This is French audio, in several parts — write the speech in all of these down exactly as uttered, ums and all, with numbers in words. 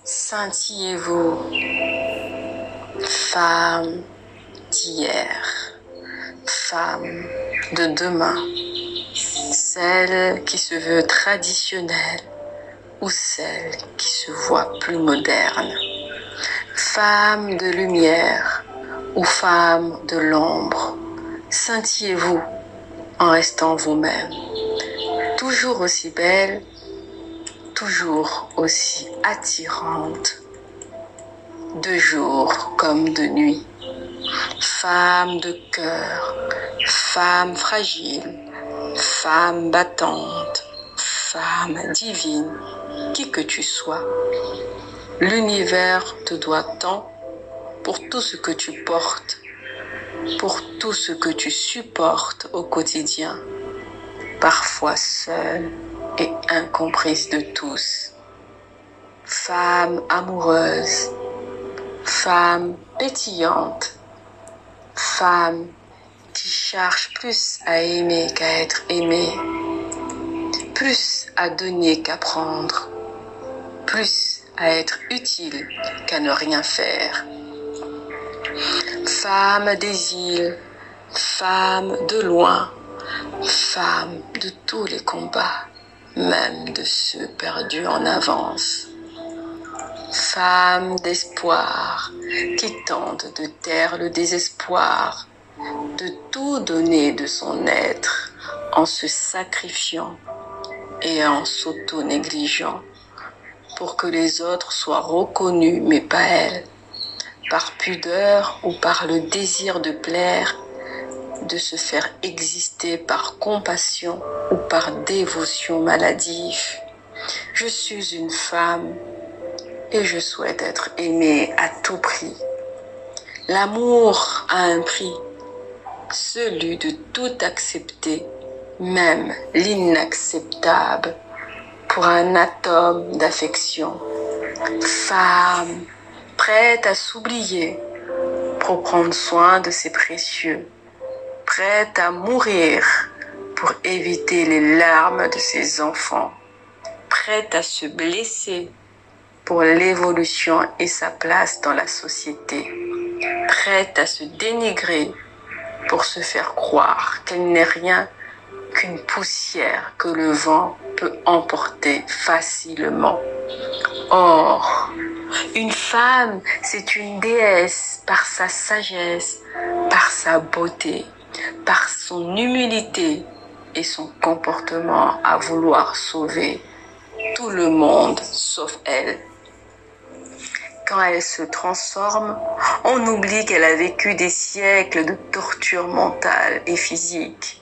Scintillez-vous, femme d'hier, femme de demain, celle qui se veut traditionnelle ou celle qui se voit plus moderne, femme de lumière ou femme de l'ombre, scintillez-vous en restant vous-même, toujours aussi belle, toujours aussi attirante, de jour comme de nuit. Femme de cœur, femme fragile, femme battante, femme divine, qui que tu sois. L'univers te doit tant pour tout ce que tu portes, pour tout ce que tu supportes au quotidien, parfois seule et incomprise de tous. Femme amoureuse, femme pétillante, femme qui cherche plus à aimer qu'à être aimée, plus à donner qu'à prendre, plus à être utile qu'à ne rien faire. Femme des îles, femme de loin, femme de tous les combats, même de ceux perdus en avance. Femme d'espoir qui tente de taire le désespoir, de tout donner de son être en se sacrifiant et en s'auto-négligeant pour que les autres soient reconnus mais pas elle, par pudeur ou par le désir de plaire, de se faire exister par compassion ou par dévotion maladive. Je suis une femme et je souhaite être aimée à tout prix. L'amour a un prix, celui de tout accepter, même l'inacceptable, pour un atome d'affection. Femme, prête à s'oublier pour prendre soin de ses précieux, prête à mourir pour éviter les larmes de ses enfants, prête à se blesser pour l'évolution et sa place dans la société, prête à se dénigrer pour se faire croire qu'elle n'est rien qu'une poussière que le vent peut emporter facilement. Or, une femme, c'est une déesse par sa sagesse, par sa beauté, par son humilité et son comportement à vouloir sauver tout le monde sauf elle. Quand elle se transforme, on oublie qu'elle a vécu des siècles de torture mentale et physique.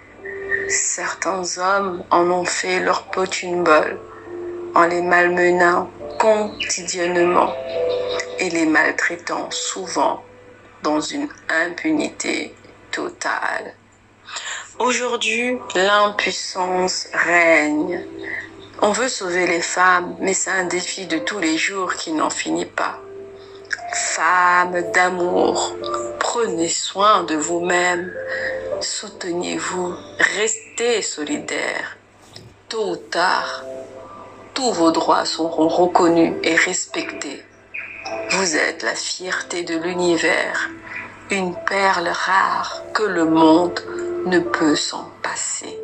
Certains hommes en ont fait leur potion bol en les malmenant quotidiennement et les maltraitant souvent dans une impunité totale. Aujourd'hui, l'impuissance règne. On veut sauver les femmes, mais c'est un défi de tous les jours qui n'en finit pas. Femmes d'amour, prenez soin de vous-même, soutenez-vous, restez solidaires. Tôt ou tard, tous vos droits seront reconnus et respectés. Vous êtes la fierté de l'univers, une perle rare que le monde ne peut s'en passer.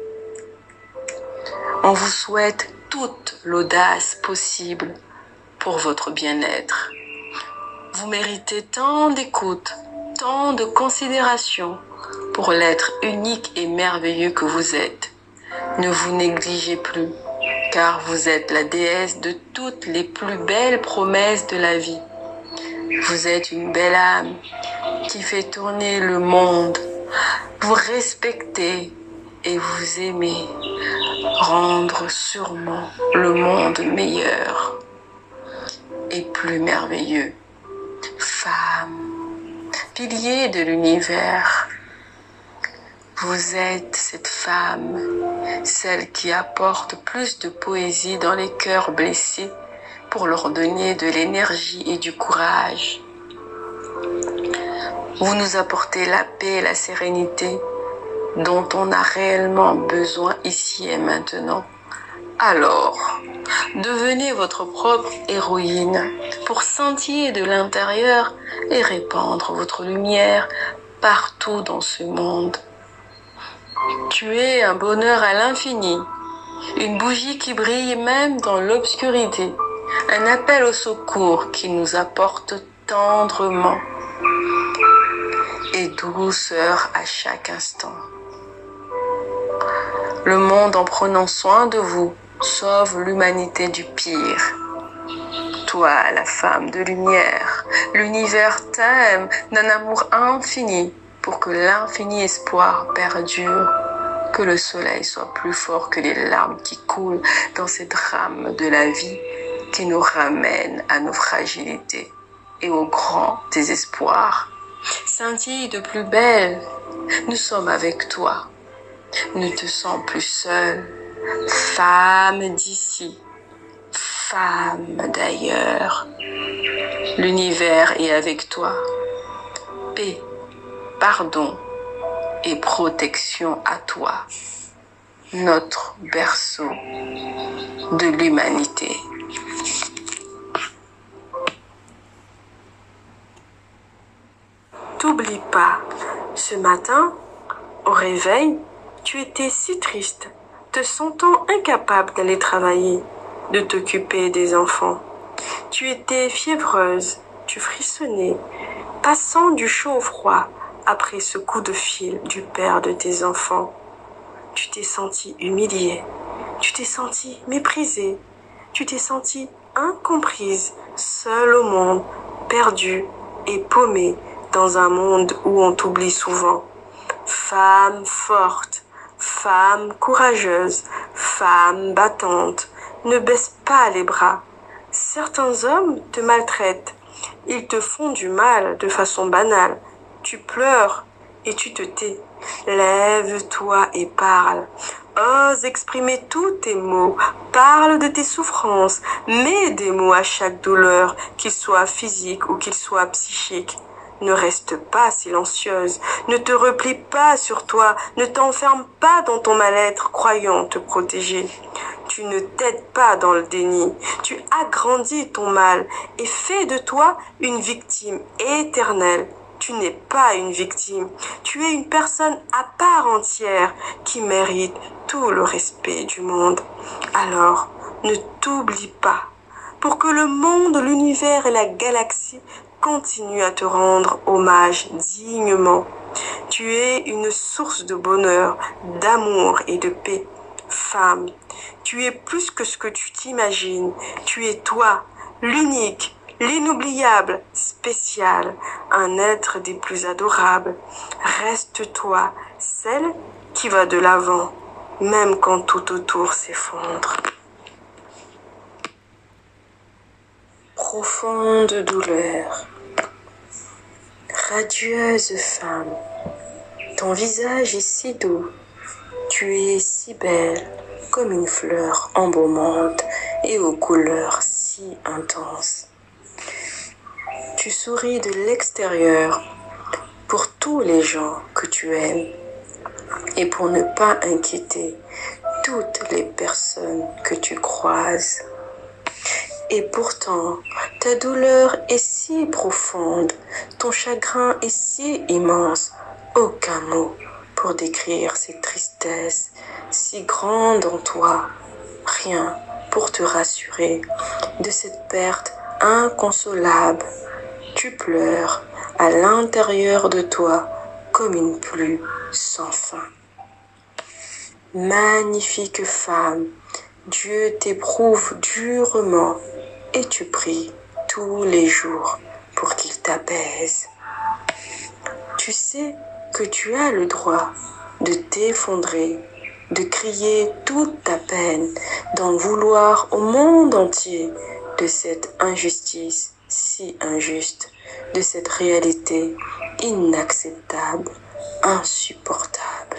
On vous souhaite toute l'audace possible pour votre bien-être. Vous méritez tant d'écoute, tant de considération pour l'être unique et merveilleux que vous êtes. Ne vous négligez plus, car vous êtes la déesse de toutes les plus belles promesses de la vie. Vous êtes une belle âme qui fait tourner le monde. Vous respectez et vous aimez rendre sûrement le monde meilleur et plus merveilleux. Femme, pilier de l'univers, vous êtes cette femme, celle qui apporte plus de poésie dans les cœurs blessés pour leur donner de l'énergie et du courage. Vous nous apportez la paix et la sérénité dont on a réellement besoin ici et maintenant, Alors, devenez votre propre héroïne pour scintiller de l'intérieur et répandre votre lumière partout dans ce monde. Tu es un bonheur à l'infini, une bougie qui brille même dans l'obscurité, un appel au secours qui nous apporte tendrement et douceur à chaque instant. Le monde, en prenant soin de vous, sauve l'humanité du pire. Toi, la femme de lumière, l'univers t'aime d'un amour infini pour que l'infini espoir perdure, que le soleil soit plus fort que les larmes qui coulent dans ces drames de la vie qui nous ramènent à nos fragilités et au grand désespoir. Scintille de plus belle, nous sommes avec toi. Ne te sens plus seule, femme d'ici, femme d'ailleurs. L'univers est avec toi. Paix, pardon et protection à toi, notre berceau de l'humanité. T'oublie pas, ce matin, au réveil, tu étais si triste, te sentant incapable d'aller travailler, de t'occuper des enfants. Tu étais fiévreuse, tu frissonnais, passant du chaud au froid après ce coup de fil du père de tes enfants. Tu t'es sentie humiliée, tu t'es sentie méprisée, tu t'es sentie incomprise, seule au monde, perdue et paumée dans un monde où on t'oublie souvent. Femme forte, femme courageuse, femme battante, ne baisse pas les bras. Certains hommes te maltraitent, ils te font du mal de façon banale. Tu pleures et tu te tais. Lève-toi et parle. Ose exprimer tous tes maux. Parle de tes souffrances. Mets des mots à chaque douleur, qu'ils soient physiques ou qu'ils soient psychiques. Ne reste pas silencieuse, ne te replie pas sur toi, ne t'enferme pas dans ton mal-être croyant te protéger. Tu ne t'aides pas dans le déni, tu agrandis ton mal et fais de toi une victime éternelle. Tu n'es pas une victime, tu es une personne à part entière qui mérite tout le respect du monde. Alors, ne t'oublie pas, pour que le monde, l'univers et la galaxie continue à te rendre hommage dignement. Tu es une source de bonheur, d'amour et de paix. Femme, tu es plus que ce que tu t'imagines. Tu es toi, l'unique, l'inoubliable, spécial, un être des plus adorables. Reste-toi, celle qui va de l'avant, même quand tout autour s'effondre. Profonde douleur. Radieuse femme, ton visage est si doux, tu es si belle comme une fleur embaumante et aux couleurs si intenses. Tu souris de l'extérieur pour tous les gens que tu aimes et pour ne pas inquiéter toutes les personnes que tu croises. Et pourtant, ta douleur est si profonde, ton chagrin est si immense, aucun mot pour décrire cette tristesse si grande en toi, rien pour te rassurer de cette perte inconsolable. Tu pleures à l'intérieur de toi comme une pluie sans fin. Magnifique femme, Dieu t'éprouve durement et tu pries tous les jours pour qu'il t'apaise. Tu sais que tu as le droit de t'effondrer, de crier toute ta peine, d'en vouloir au monde entier de cette injustice si injuste, de cette réalité inacceptable, insupportable.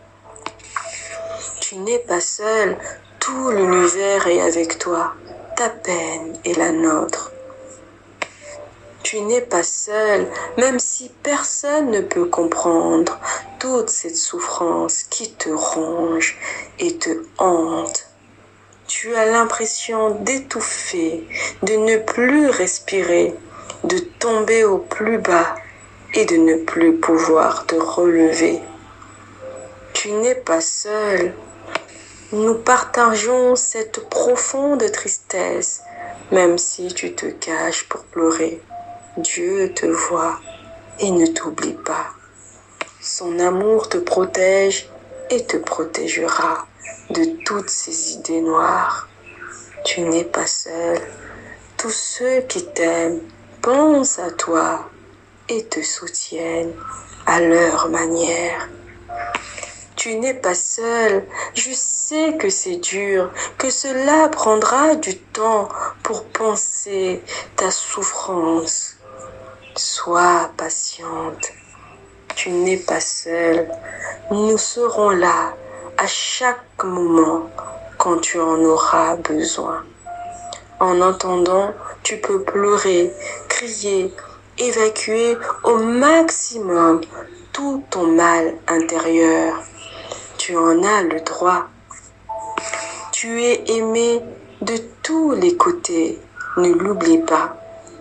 Tu n'es pas seul, tout l'univers est avec toi, ta peine est la nôtre. Tu n'es pas seul, même si personne ne peut comprendre toute cette souffrance qui te ronge et te hante. Tu as l'impression d'étouffer, de ne plus respirer, de tomber au plus bas et de ne plus pouvoir te relever. Tu n'es pas seul. Nous partageons cette profonde tristesse, même si tu te caches pour pleurer. Dieu te voit et ne t'oublie pas. Son amour te protège et te protégera de toutes ces idées noires. Tu n'es pas seul. Tous ceux qui t'aiment pensent à toi et te soutiennent à leur manière. Tu n'es pas seul. Je sais que c'est dur, que cela prendra du temps pour penser ta souffrance. Sois patiente. Tu n'es pas seul. Nous serons là à chaque moment quand tu en auras besoin. En entendant, tu peux pleurer, crier, évacuer au maximum tout ton mal intérieur. Tu en as le droit. Tu es aimé de tous les côtés. Ne l'oublie pas.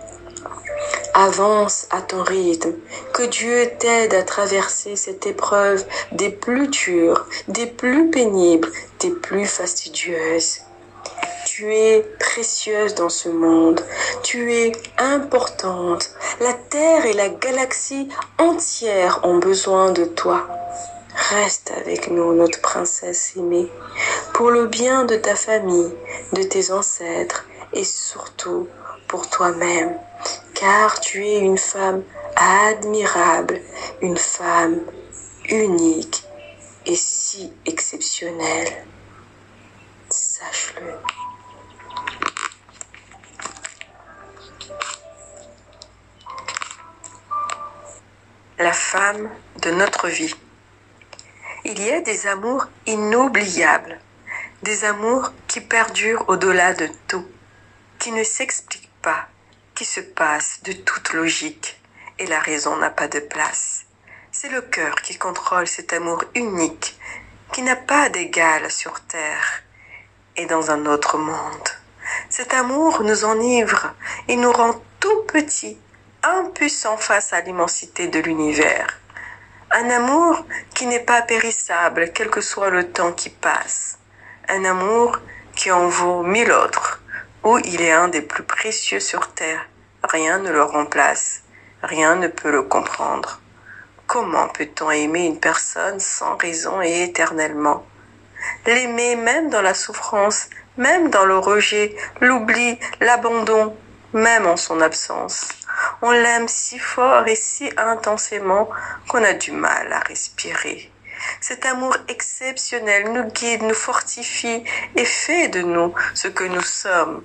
Avance à ton rythme. Que Dieu t'aide à traverser cette épreuve des plus dures, des plus pénibles, des plus fastidieuses. Tu es précieuse dans ce monde. Tu es importante. La Terre et la galaxie entière ont besoin de toi. Reste avec nous, notre princesse aimée, pour le bien de ta famille, de tes ancêtres et surtout pour toi-même, car tu es une femme admirable, une femme unique et si exceptionnelle. Sache-le. La femme de notre vie. Il y a des amours inoubliables, des amours qui perdurent au-delà de tout, qui ne s'expliquent pas, qui se passent de toute logique, et la raison n'a pas de place. C'est le cœur qui contrôle cet amour unique, qui n'a pas d'égal sur terre et dans un autre monde. Cet amour nous enivre et nous rend tout petits, impuissants face à l'immensité de l'univers. Un amour qui n'est pas périssable, quel que soit le temps qui passe. Un amour qui en vaut mille autres, où il est un des plus précieux sur terre. Rien ne le remplace, rien ne peut le comprendre. Comment peut-on aimer une personne sans raison et éternellement? L'aimer même dans la souffrance, même dans le rejet, l'oubli, l'abandon, même en son absence. On l'aime si fort et si intensément qu'on a du mal à respirer. Cet amour exceptionnel nous guide, nous fortifie et fait de nous ce que nous sommes.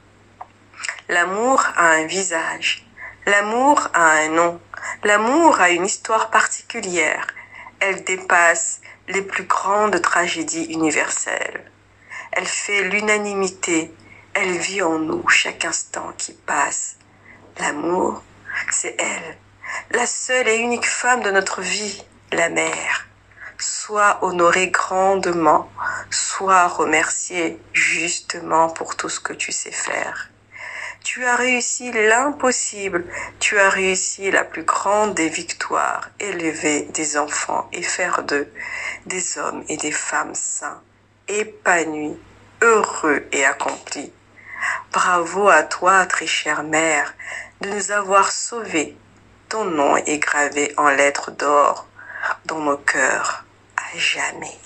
L'amour a un visage, l'amour a un nom, l'amour a une histoire particulière. Elle dépasse les plus grandes tragédies universelles. Elle fait l'unanimité, elle vit en nous chaque instant qui passe. L'amour, c'est elle, la seule et unique femme de notre vie, la mère. Sois honorée grandement, sois remerciée justement pour tout ce que tu sais faire. Tu as réussi l'impossible, tu as réussi la plus grande des victoires, élever des enfants et faire d'eux des hommes et des femmes sains, épanouis, heureux et accomplis. Bravo à toi, très chère mère, de nous avoir sauvés. Ton nom est gravé en lettres d'or dans nos cœurs à jamais.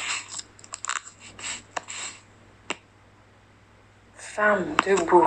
Femme debout.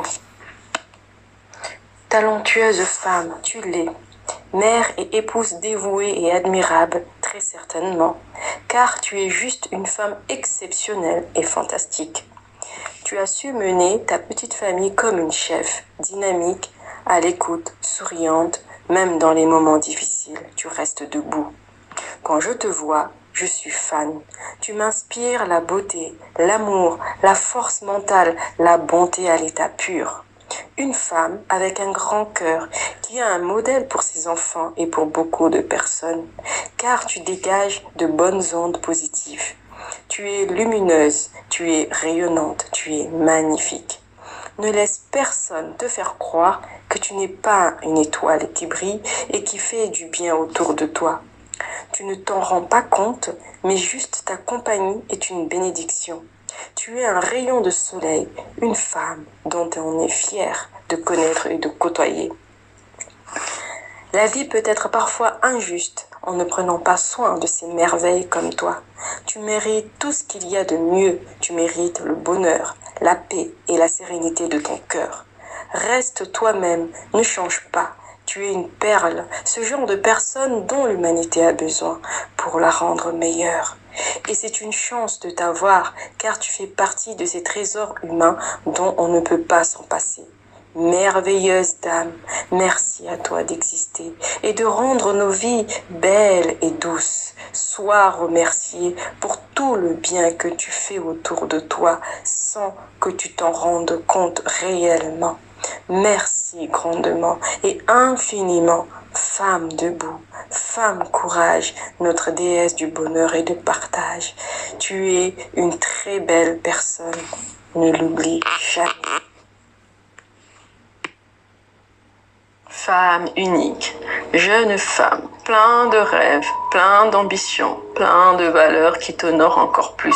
Talentueuse femme, tu l'es. Mère et épouse dévouée et admirable, très certainement, car tu es juste une femme exceptionnelle et fantastique. Tu as su mener ta petite famille comme une chef, dynamique, à l'écoute, souriante, même dans les moments difficiles, tu restes debout. Quand je te vois, je suis fan. Tu m'inspires la beauté, l'amour, la force mentale, la bonté à l'état pur. Une femme avec un grand cœur qui a un modèle pour ses enfants et pour beaucoup de personnes, car tu dégages de bonnes ondes positives. Tu es lumineuse, tu es rayonnante, tu es magnifique. Ne laisse personne te faire croire que tu n'es pas une étoile qui brille et qui fait du bien autour de toi. Tu ne t'en rends pas compte, mais juste ta compagnie est une bénédiction. Tu es un rayon de soleil, une femme dont on est fier de connaître et de côtoyer. La vie peut être parfois injuste en ne prenant pas soin de ces merveilles comme toi. Tu mérites tout ce qu'il y a de mieux. Tu mérites le bonheur, la paix et la sérénité de ton cœur. Reste toi-même, ne change pas. Tu es une perle, ce genre de personne dont l'humanité a besoin pour la rendre meilleure. Et c'est une chance de t'avoir, car tu fais partie de ces trésors humains dont on ne peut pas s'en passer. Merveilleuse dame, merci à toi d'exister et de rendre nos vies belles et douces. Sois remerciée pour tout le bien que tu fais autour de toi sans que tu t'en rendes compte réellement. Merci grandement et infiniment, femme debout, femme courage, notre déesse du bonheur et du partage. Tu es une très belle personne, ne l'oublie jamais. Femme unique, jeune femme, plein de rêves, plein d'ambitions, plein de valeurs qui t'honorent encore plus.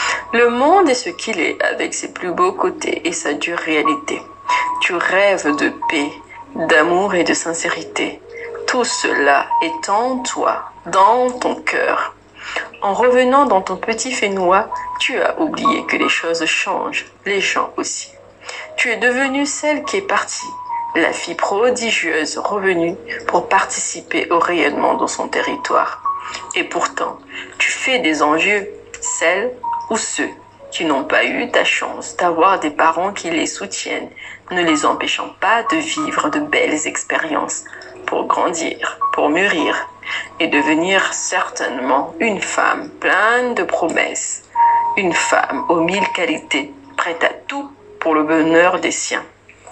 Le monde est ce qu'il est avec ses plus beaux côtés et sa dure réalité. Tu rêves de paix, d'amour et de sincérité. Tout cela est en toi, dans ton cœur. En revenant dans ton petit Fénois, tu as oublié que les choses changent, les gens aussi. Tu es devenue celle qui est partie, la fille prodigieuse revenue pour participer au rayonnement dans son territoire. Et pourtant, tu fais des envieux, celles ou ceux qui n'ont pas eu ta chance d'avoir des parents qui les soutiennent, ne les empêchant pas de vivre de belles expériences pour grandir, pour mûrir et devenir certainement une femme pleine de promesses, une femme aux mille qualités, prête à tout pour le bonheur des siens.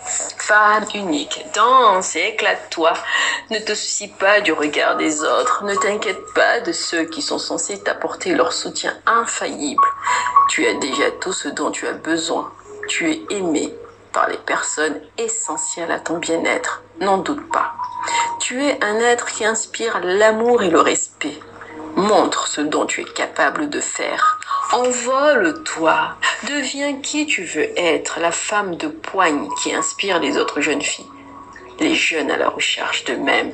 Femme unique, danse et éclate-toi. Ne te soucie pas du regard des autres. Ne t'inquiète pas de ceux qui sont censés t'apporter leur soutien infaillible. Tu as déjà tout ce dont tu as besoin. Tu es aimé par les personnes essentielles à ton bien-être. N'en doute pas. Tu es un être qui inspire l'amour et le respect. Montre ce dont tu es capable de faire. Envole-toi. Deviens qui tu veux être, la femme de poigne qui inspire les autres jeunes filles, les jeunes à la recherche d'eux-mêmes.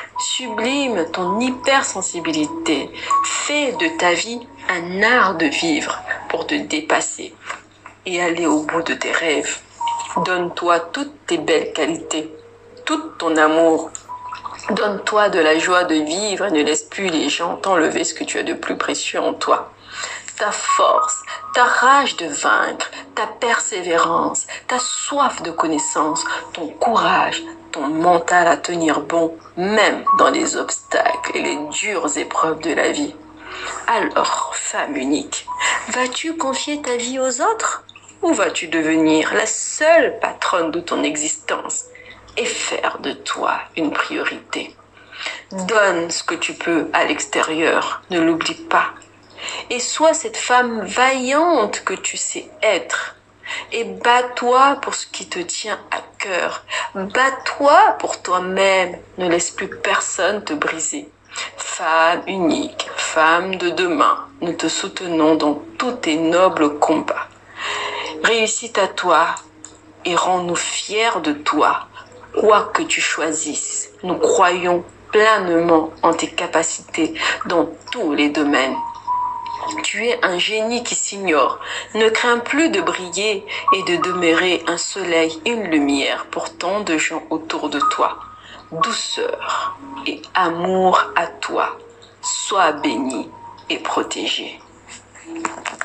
Sublime ton hypersensibilité. Fais de ta vie un art de vivre pour te dépasser et aller au bout de tes rêves. Donne-toi toutes tes belles qualités, tout ton amour. Donne-toi de la joie de vivre et ne laisse plus les gens t'enlever ce que tu as de plus précieux en toi. Ta force, ta rage de vaincre, ta persévérance, ta soif de connaissance, ton courage, ton mental à tenir bon, même dans les obstacles et les dures épreuves de la vie. Alors, femme unique, vas-tu confier ta vie aux autres ou vas-tu devenir la seule patronne de ton existence et faire de toi une priorité? Donne ce que tu peux à l'extérieur, ne l'oublie pas. Et sois cette femme vaillante que tu sais être. Et bats-toi pour ce qui te tient à cœur. Bats-toi pour toi-même. Ne laisse plus personne te briser. Femme unique, femme de demain, nous te soutenons dans tous tes nobles combats. Réussite à toi et rends-nous fiers de toi. Quoi que tu choisisses, nous croyons pleinement en tes capacités dans tous les domaines. Tu es un génie qui s'ignore. Ne crains plus de briller et de demeurer un soleil, une lumière pour tant de gens autour de toi. Douceur et amour à toi. Sois béni et protégé.